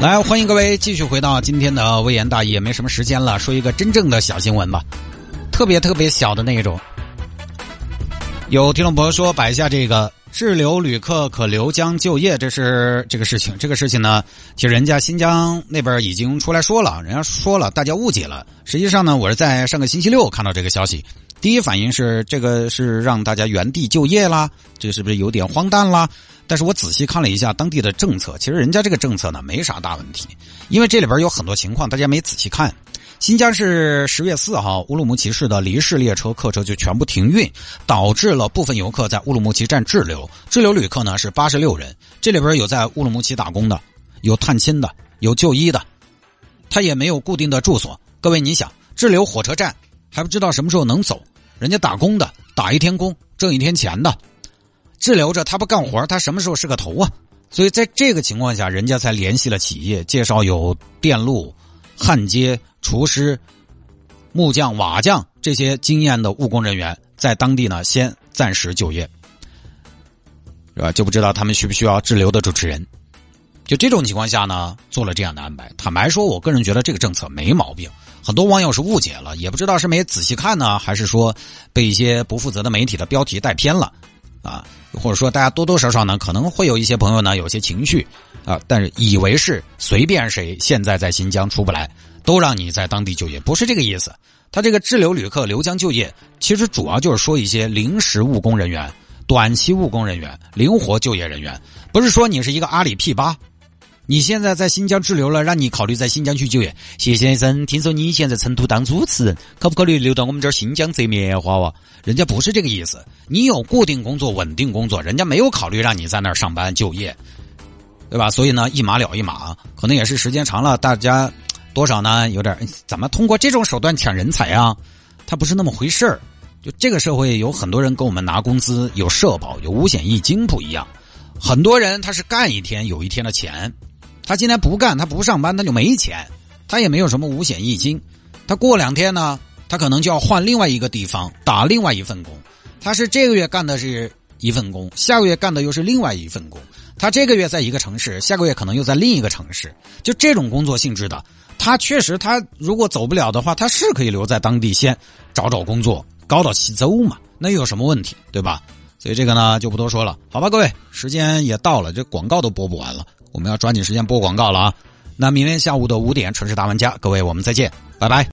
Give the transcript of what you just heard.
来，欢迎各位继续回到今天的微言大义，也没什么时间了，说一个真正的小新闻吧，特别小的那种。有听众朋友说摆下这个滞留旅客可留江就业，这是这个事情呢，其实人家新疆那边已经出来说了，人家说了，大家误解了。实际上呢，我是在上个星期六看到这个消息，第一反应是这个是让大家原地就业啦，这个是不是有点荒诞啦？但是我仔细看了一下当地的政策，其实人家这个政策呢没啥大问题，因为这里边有很多情况大家没仔细看。新疆是10月4号乌鲁木齐市的离市列车客车就全部停运，导致了部分游客在乌鲁木齐站滞留旅客呢是86人，这里边有在乌鲁木齐打工的，有探亲的，有就医的，他也没有固定的住所。各位你想，滞留火车站还不知道什么时候能走，人家打工的打一天工挣一天钱的，滞留着他不干活，他什么时候是个头啊？所以在这个情况下，人家才联系了企业，介绍有电路、焊接、厨师、木匠、瓦匠这些经验的务工人员在当地呢先暂时就业，是吧？就不知道他们需不需要滞留的主持人。就这种情况下呢，做了这样的安排。坦白说，我个人觉得这个政策没毛病。很多网友是误解了，也不知道是没仔细看呢，还是说被一些不负责的媒体的标题带偏了啊，或者说大家多多少少呢，可能会有一些朋友呢有些情绪啊，但是以为是随便谁现在在新疆出不来都让你在当地就业，不是这个意思。他这个滞留旅客留江就业，其实主要就是说一些临时务工人员、短期务工人员、灵活就业人员，不是说你是一个阿里 P8。你现在在新疆滞留了，让你考虑在新疆去就业。谢先生，听说你现在成都当主持人，可不考虑留到我们这儿新疆摘棉花哇？人家不是这个意思，你有固定工作、稳定工作，人家没有考虑让你在那儿上班就业，对吧？所以呢，一码了一码，可能也是时间长了，大家多少呢有点怎么通过这种手段抢人才啊？它不是那么回事儿。就这个社会有很多人跟我们拿工资、有社保、有五险一金不一样，很多人他是干一天有一天的钱。他今天不干，他不上班，他就没钱，他也没有什么五险一金，他过2天呢，他可能就要换另外一个地方打另外一份工，他是这个月干的是一份工，下个月干的又是另外一份工，他这个月在一个城市，下个月可能又在另一个城市，就这种工作性质的，他确实他如果走不了的话，他是可以留在当地先找工作，搞到西周嘛，那又有什么问题，对吧？所以这个呢就不多说了，好吧，各位，时间也到了，这广告都播不完了，我们要抓紧时间播广告了啊！那明天下午的5点，城市大玩家，各位我们再见，拜拜。